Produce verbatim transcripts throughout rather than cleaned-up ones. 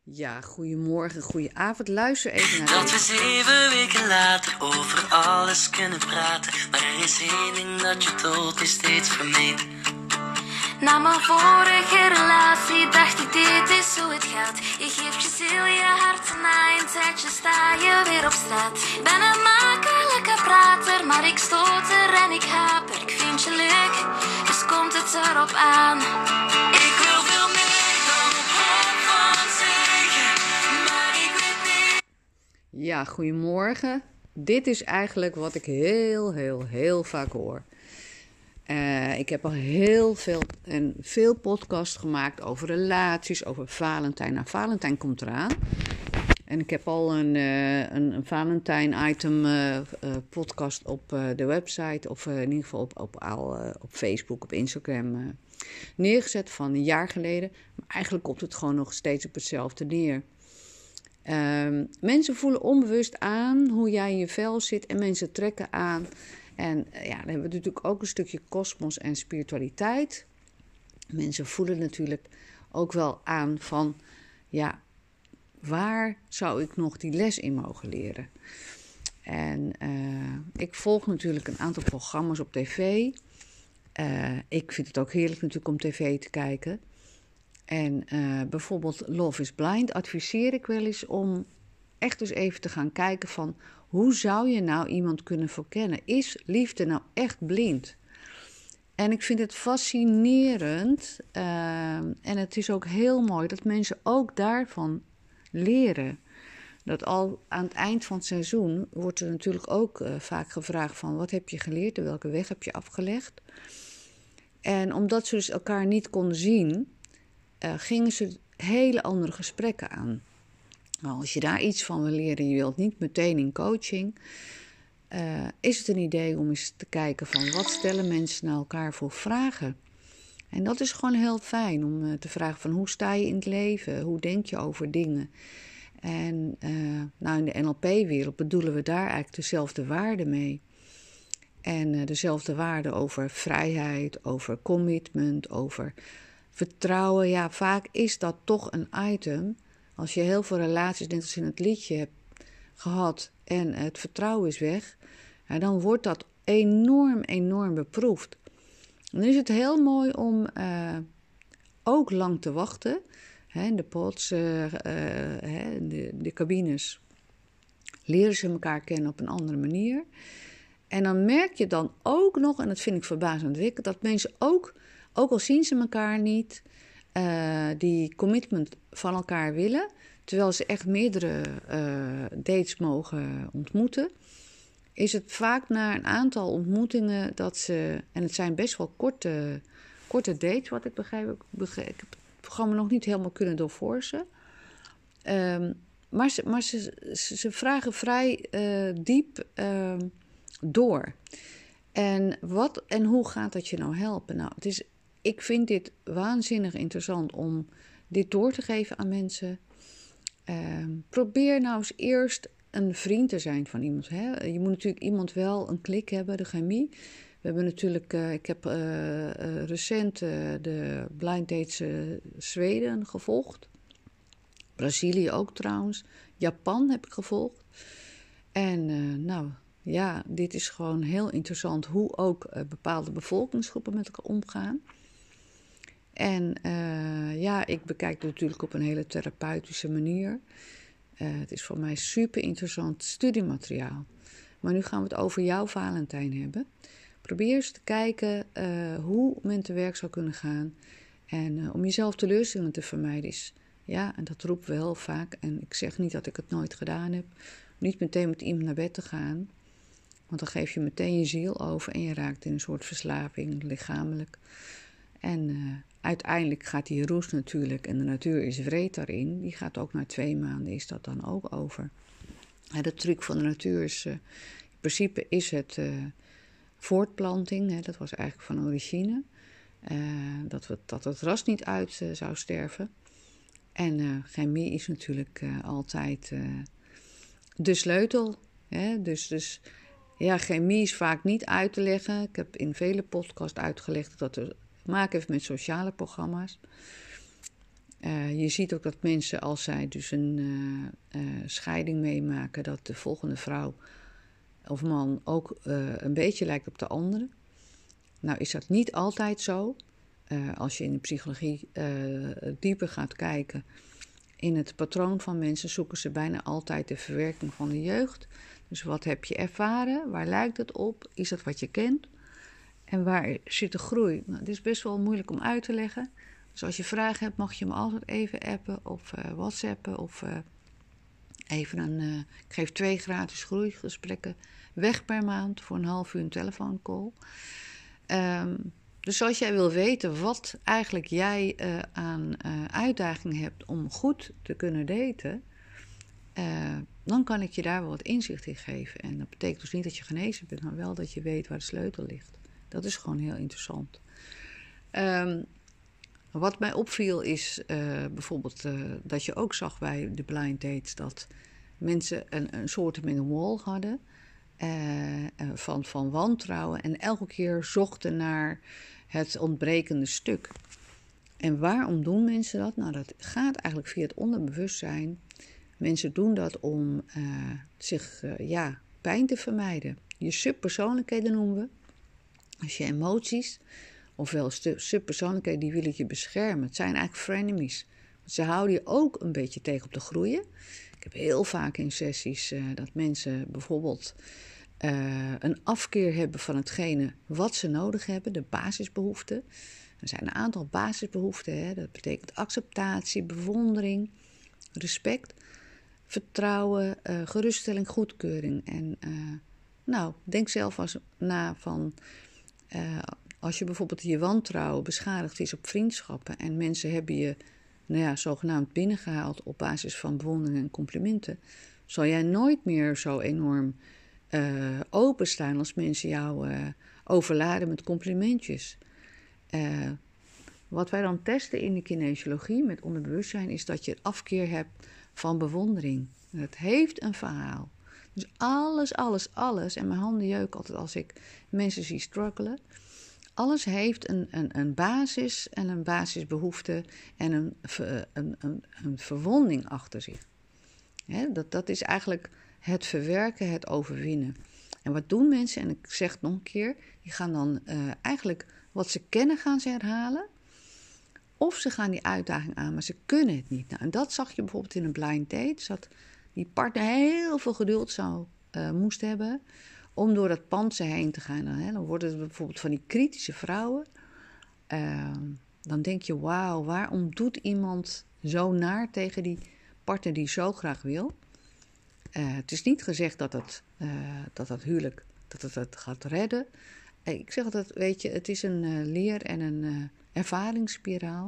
Ja, goedemorgen, goedenavond. Luister even naar Dat deze. we zeven weken later over alles kunnen praten. Maar er is één ding dat je tolkens steeds vermeed. Na mijn vorige relatie dacht ik dit is hoe het gaat. Je geeft je ziel, je hart en na een tijdje sta je weer op straat. Ben een makkelijke prater, maar ik stoter en ik haper. Ik vind je leuk, dus komt het erop aan. Ik wil veel meer dan op hoop van zeggen, maar ik weet niet. Ja, goedemorgen. Dit is eigenlijk wat ik heel, heel, heel vaak hoor. Uh, ik heb al heel veel en veel podcasts gemaakt over relaties, over Valentijn. Nou, Valentijn komt eraan. En ik heb al een, uh, een, een Valentijn-item uh, uh, podcast op uh, de website, of uh, in ieder geval op, op, al, uh, op Facebook, op Instagram uh, neergezet van een jaar geleden. Maar eigenlijk komt het gewoon nog steeds op hetzelfde neer. Uh, mensen voelen onbewust aan hoe jij in je vel zit en mensen trekken aan. En ja, dan hebben we natuurlijk ook een stukje kosmos en spiritualiteit. Mensen voelen natuurlijk ook wel aan van, ja, waar zou ik nog die les in mogen leren? En uh, ik volg natuurlijk een aantal programma's op tv. Uh, ik vind het ook heerlijk natuurlijk om tv te kijken. En uh, bijvoorbeeld Love is Blind adviseer ik wel eens om echt dus even te gaan kijken van, hoe zou je nou iemand kunnen verkennen? Is liefde nou echt blind? En ik vind het fascinerend uh, en het is ook heel mooi dat mensen ook daarvan leren. Dat al aan het eind van het seizoen wordt er natuurlijk ook uh, vaak gevraagd van, wat heb je geleerd? Welke weg heb je afgelegd? En omdat ze dus elkaar niet konden zien, uh, gingen ze hele andere gesprekken aan. Nou, als je daar iets van wil leren, je wilt niet meteen in coaching, uh, is het een idee om eens te kijken van, wat stellen mensen naar elkaar voor vragen? En dat is gewoon heel fijn om uh, te vragen van, hoe sta je in het leven? Hoe denk je over dingen? En uh, nou, in de N L P-wereld bedoelen we daar eigenlijk dezelfde waarden mee. En uh, dezelfde waarden over vrijheid, over commitment, over vertrouwen. Ja, vaak is dat toch een item. Als je heel veel relaties, net als in het liedje, hebt gehad en het vertrouwen is weg, ja, dan wordt dat enorm, enorm beproefd. Dan is het heel mooi om uh, ook lang te wachten. Hè, in de pods, uh, uh, hè, de, de cabines, leren ze elkaar kennen op een andere manier. En dan merk je dan ook nog, en dat vind ik verbazingwekkend, dat mensen ook, ook al zien ze elkaar niet, Uh, die commitment van elkaar willen, terwijl ze echt meerdere uh, dates mogen ontmoeten, is het vaak na een aantal ontmoetingen dat ze, en het zijn best wel korte, korte dates, wat ik begrijp, ik, begrijp, ik heb het programma nog niet helemaal kunnen doorforsen, um, maar, ze, maar ze, ze, ze vragen vrij uh, diep uh, door. En, wat, en hoe gaat dat je nou helpen? Nou, het is Ik vind dit waanzinnig interessant om dit door te geven aan mensen. Uh, probeer nou eens eerst een vriend te zijn van iemand. Hè? Je moet natuurlijk iemand wel een klik hebben, de chemie. We hebben natuurlijk, uh, ik heb uh, uh, recent uh, de Blind Dates uh, Zweden gevolgd. Brazilië ook trouwens. Japan heb ik gevolgd. En uh, nou ja, dit is gewoon heel interessant hoe ook uh, bepaalde bevolkingsgroepen met elkaar omgaan. En uh, ja, ik bekijk het natuurlijk op een hele therapeutische manier. Uh, het is voor mij super interessant studiemateriaal. Maar nu gaan we het over jouw Valentijn hebben. Probeer eens te kijken uh, hoe men te werk zou kunnen gaan. En uh, om jezelf teleurstellingen te vermijden is, ja, en dat roepen we heel vaak. En ik zeg niet dat ik het nooit gedaan heb. Niet meteen met iemand naar bed te gaan. Want dan geef je meteen je ziel over en je raakt in een soort verslaving, lichamelijk. En uh, uiteindelijk gaat die roes natuurlijk, en de natuur is wreed daarin, die gaat ook na twee maanden, is dat dan ook over. Ja, de truc van de natuur is, uh, in principe is het uh, voortplanting, hè, dat was eigenlijk van origine, uh, dat, we, dat het ras niet uit uh, zou sterven. En uh, chemie is natuurlijk uh, altijd uh, de sleutel, hè, dus... dus ja, chemie is vaak niet uit te leggen. Ik heb in vele podcasts uitgelegd dat het te maken heeft met sociale programma's. Uh, je ziet ook dat mensen, als zij dus een uh, uh, scheiding meemaken, dat de volgende vrouw of man ook uh, een beetje lijkt op de andere. Nou is dat niet altijd zo. Uh, als je in de psychologie uh, dieper gaat kijken in het patroon van mensen, zoeken ze bijna altijd de verwerking van de jeugd. Dus wat heb je ervaren? Waar lijkt het op? Is dat wat je kent? En waar zit de groei? Nou, het is best wel moeilijk om uit te leggen. Dus als je vragen hebt, mag je me altijd even appen of uh, whatsappen of uh, even een... Uh, ik geef twee gratis groeigesprekken weg per maand voor een half uur een telefooncall. Um, dus als jij wil weten wat eigenlijk jij uh, aan uh, uitdagingen hebt om goed te kunnen daten, uh, dan kan ik je daar wel wat inzicht in geven. En dat betekent dus niet dat je genezen bent, maar wel dat je weet waar de sleutel ligt. Dat is gewoon heel interessant. Um, wat mij opviel is uh, bijvoorbeeld uh, dat je ook zag bij de blind dates dat mensen een, een soort met een wall hadden. Uh, uh, van, van wantrouwen en elke keer zochten naar het ontbrekende stuk. En waarom doen mensen dat? Nou, dat gaat eigenlijk via het onderbewustzijn. Mensen doen dat om uh, zich uh, ja, pijn te vermijden. Je subpersoonlijkheden noemen we. Als je emoties, ofwel subpersoonlijkheden, die willen je beschermen. Het zijn eigenlijk frenemies. Want ze houden je ook een beetje tegen op te groeien. Ik heb heel vaak in sessies uh, dat mensen bijvoorbeeld uh, een afkeer hebben van hetgene wat ze nodig hebben, de basisbehoeften. Er zijn een aantal basisbehoeften. Hè. Dat betekent acceptatie, bewondering, respect, vertrouwen, uh, geruststelling, goedkeuring. En uh, nou, denk zelf als, na van... Uh, als je bijvoorbeeld je wantrouwen beschadigd is op vriendschappen en mensen hebben je nou ja, zogenaamd binnengehaald op basis van bewondering en complimenten, zal jij nooit meer zo enorm uh, openstaan als mensen jou uh, overladen met complimentjes. Uh, wat wij dan testen in de kinesiologie met onderbewustzijn is dat je afkeer hebt van bewondering. Het heeft een verhaal. Dus alles, alles, alles, en mijn handen jeuken altijd als ik mensen zie struggelen. Alles heeft een, een, een basis en een basisbehoefte en een, een, een, een verwonding achter zich. He, dat, dat is eigenlijk het verwerken, het overwinnen. En wat doen mensen, en ik zeg het nog een keer, die gaan dan uh, eigenlijk wat ze kennen gaan ze herhalen. Of ze gaan die uitdaging aan, maar ze kunnen het niet. Nou, en dat zag je bijvoorbeeld in een blind date, dat die partner heel veel geduld zou uh, moest hebben om door dat pand heen te gaan. Dan, hè, dan worden het bijvoorbeeld van die kritische vrouwen. Uh, dan denk je, wauw, waarom doet iemand zo naar tegen die partner die zo graag wil? Uh, het is niet gezegd dat het, uh, dat, dat huwelijk dat het, het gaat redden. Uh, ik zeg altijd, weet je, het is een uh, leer- en een uh, ervaringsspiraal.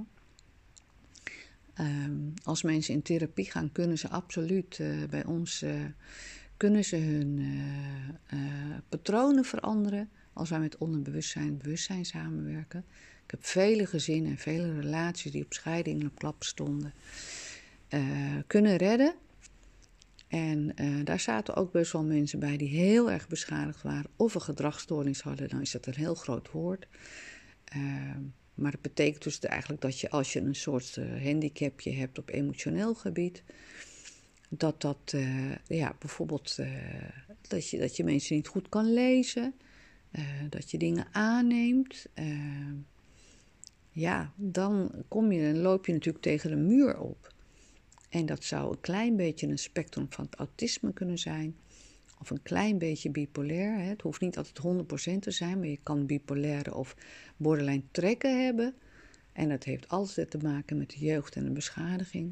Um, als mensen in therapie gaan, kunnen ze absoluut uh, bij ons uh, kunnen ze hun uh, uh, patronen veranderen. Als wij met onderbewustzijn en bewustzijn samenwerken. Ik heb vele gezinnen en vele relaties die op scheiding en op klap stonden, uh, kunnen redden. En uh, daar zaten ook best wel mensen bij die heel erg beschadigd waren of een gedragsstoornis hadden. Dan is dat een heel groot woord. Uh, Maar dat betekent dus eigenlijk dat je, als je een soort uh, handicapje hebt op emotioneel gebied, dat dat, uh, ja, bijvoorbeeld, uh, dat, je, dat je mensen niet goed kan lezen, uh, dat je dingen aanneemt. Uh, ja, dan kom je, dan loop je natuurlijk tegen een muur op. En dat zou een klein beetje een spectrum van het autisme kunnen zijn. Of een klein beetje bipolair. Hè. Het hoeft niet altijd honderd procent te zijn, maar je kan bipolaire of borderline trekken hebben. En dat heeft altijd te maken met de jeugd en de beschadiging.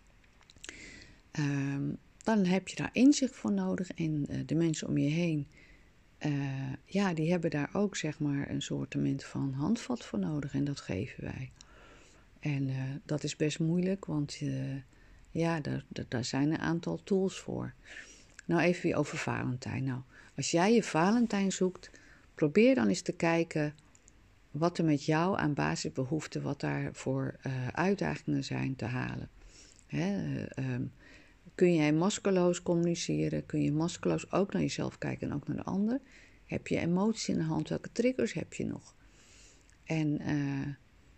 Um, dan heb je daar inzicht voor nodig. En uh, de mensen om je heen, uh, ja, die hebben daar ook zeg maar een soortement van handvat voor nodig. En dat geven wij. En uh, dat is best moeilijk, want uh, ja, daar, daar zijn een aantal tools voor. Nou, even weer over Valentijn. Nou, als jij je Valentijn zoekt, probeer dan eens te kijken wat er met jou aan basisbehoeften, wat daar voor uh, uitdagingen zijn te halen. Hè, uh, um, kun jij maskeloos communiceren? Kun je maskeloos ook naar jezelf kijken en ook naar de ander? Heb je emoties in de hand? Welke triggers heb je nog? En uh,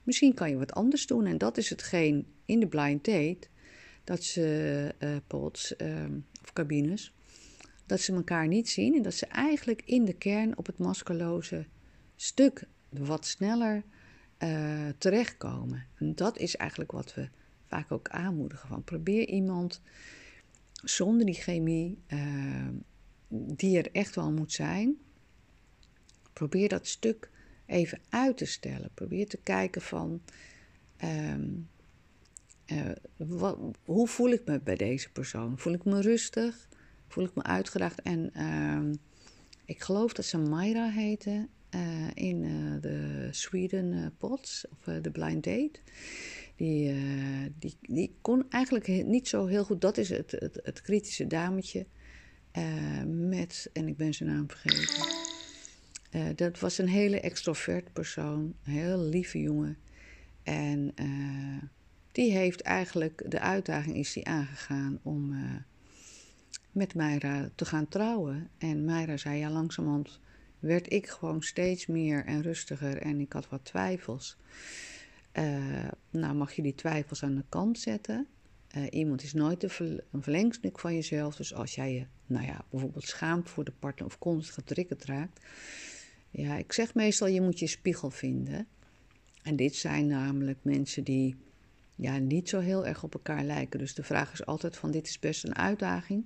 Misschien kan je wat anders doen. En dat is hetgeen in de blind date, dat ze uh, pods uh, of cabines, dat ze elkaar niet zien en dat ze eigenlijk in de kern op het maskeloze stuk wat sneller uh, terechtkomen. En dat is eigenlijk wat we vaak ook aanmoedigen. Van probeer iemand zonder die chemie uh, die er echt wel moet zijn. Probeer dat stuk even uit te stellen. Probeer te kijken van um, uh, wat, hoe voel ik me bij deze persoon? Voel ik me rustig? Voel ik me uitgedaagd? En uh, ik geloof dat ze Mayra heette uh, in uh, de Sweden uh, Pods of uh, de Blind Date. Die, uh, die, die kon eigenlijk niet zo heel goed. Dat is het, het, het kritische dametje uh, met, en ik ben zijn naam vergeten. Uh, dat was een hele extrovert persoon, een heel lieve jongen. En uh, die heeft eigenlijk, de uitdaging is die aangegaan om uh, met Mayra te gaan trouwen. En Mayra zei, ja, langzamerhand werd ik gewoon steeds meer en rustiger en ik had wat twijfels. Uh, nou, mag je die twijfels aan de kant zetten. Uh, iemand is nooit een, ver- een verlengstuk van jezelf. Dus als jij je, nou ja, bijvoorbeeld schaamt voor de partner of constant getriggerd raakt. Ja, ik zeg meestal, je moet je spiegel vinden. En dit zijn namelijk mensen die ja, niet zo heel erg op elkaar lijken. Dus de vraag is altijd van, dit is best een uitdaging.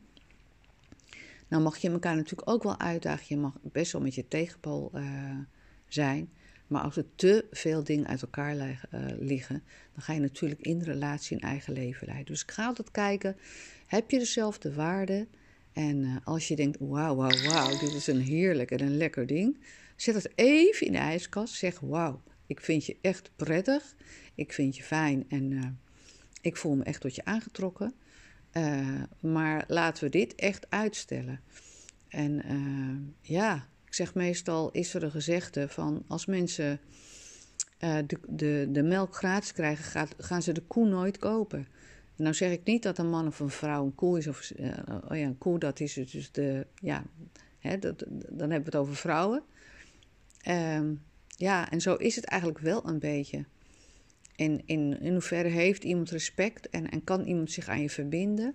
Nou mag je elkaar natuurlijk ook wel uitdagen. Je mag best wel met je tegenpool uh, zijn. Maar als er te veel dingen uit elkaar liggen, uh, liggen, dan ga je natuurlijk in de relatie een eigen leven leiden. Dus ik ga altijd kijken, heb je dezelfde waarde? En uh, als je denkt, wauw, wauw, wauw, dit is een heerlijk en een lekker ding. Zet het even in de ijskast. Zeg, wauw, ik vind je echt prettig. Ik vind je fijn en uh, ik voel me echt tot je aangetrokken. Uh, maar laten we dit echt uitstellen. En uh, ja... Ik zeg meestal, is er een gezegde van als mensen uh, de, de, de melk gratis krijgen, gaat, gaan ze de koe nooit kopen. En nou zeg ik niet dat een man of een vrouw een koe is. Of, uh, oh ja, een koe, dat is dus de, ja, hè, dat, dan hebben we het over vrouwen. Uh, ja, en zo is het eigenlijk wel een beetje. In, in, in hoeverre heeft iemand respect en, en kan iemand zich aan je verbinden?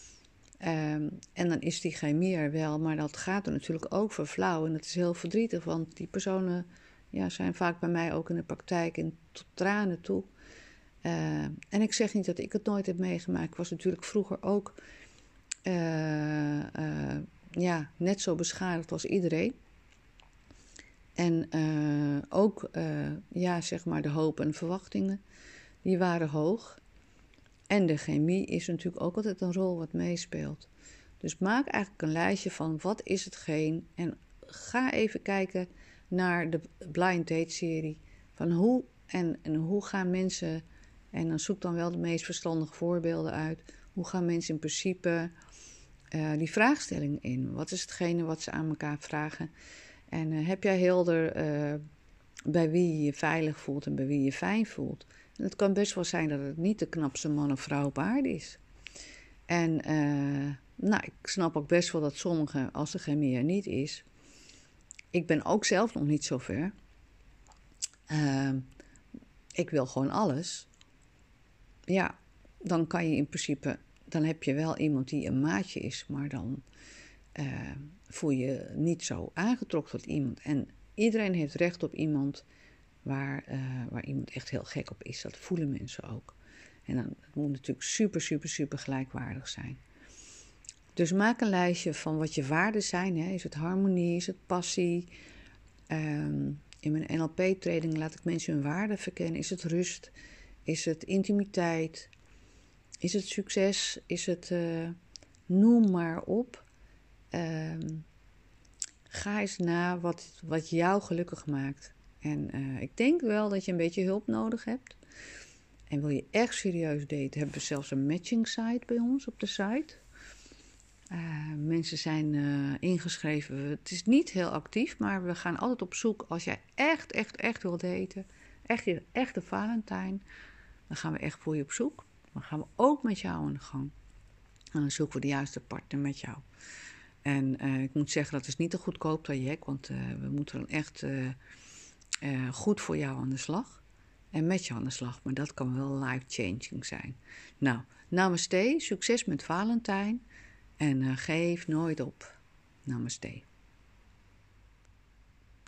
Um, en dan is die chemie er wel, maar dat gaat er natuurlijk ook voor flauw. En dat is heel verdrietig, want die personen ja, zijn vaak bij mij ook in de praktijk en tot tranen toe. Uh, en ik zeg niet dat ik het nooit heb meegemaakt. Ik was natuurlijk vroeger ook uh, uh, ja, net zo beschadigd als iedereen. En uh, ook uh, ja, zeg maar de hoop en verwachtingen, die waren hoog. En de chemie is natuurlijk ook altijd een rol wat meespeelt. Dus maak eigenlijk een lijstje van wat is hetgeen. En ga even kijken naar de Blind Date serie. Van hoe en, en hoe gaan mensen, en dan zoek dan wel de meest verstandige voorbeelden uit. Hoe gaan mensen in principe uh, die vraagstelling in? Wat is hetgene wat ze aan elkaar vragen? En uh, heb jij helder uh, bij wie je je veilig voelt en bij wie je je fijn voelt? En het kan best wel zijn dat het niet de knapste man of vrouw op aarde is. En uh, nou, ik snap ook best wel dat sommigen, als de chemie er niet is. Ik ben ook zelf nog niet zo ver. Uh, ik wil gewoon alles. Ja, dan kan je in principe, dan heb je wel iemand die een maatje is, maar dan uh, voel je niet zo aangetrokken tot iemand. En iedereen heeft recht op iemand waar, uh, waar iemand echt heel gek op is. Dat voelen mensen ook. En dan, het moet natuurlijk super, super, super gelijkwaardig zijn. Dus maak een lijstje van wat je waarden zijn. Hè. Is het harmonie? Is het passie? Um, in mijn N L P-training laat ik mensen hun waarden verkennen. Is het rust? Is het intimiteit? Is het succes? Is het uh, noem maar op. Um, ga eens na wat, wat jou gelukkig maakt. En uh, ik denk wel dat je een beetje hulp nodig hebt. En wil je echt serieus daten, hebben we zelfs een matching site bij ons op de site. Uh, mensen zijn uh, ingeschreven. Het is niet heel actief, maar we gaan altijd op zoek. Als jij echt, echt, echt wil daten, echt je echte Valentijn, dan gaan we echt voor je op zoek. Dan gaan we ook met jou aan de gang. En dan zoeken we de juiste partner met jou. En uh, ik moet zeggen, dat is niet een goedkoop traject, want uh, we moeten dan echt uh, uh, goed voor jou aan de slag. en met je aan de slag. Maar dat kan wel life-changing zijn. Nou, namaste, succes met Valentijn en uh, geef nooit op. Namaste.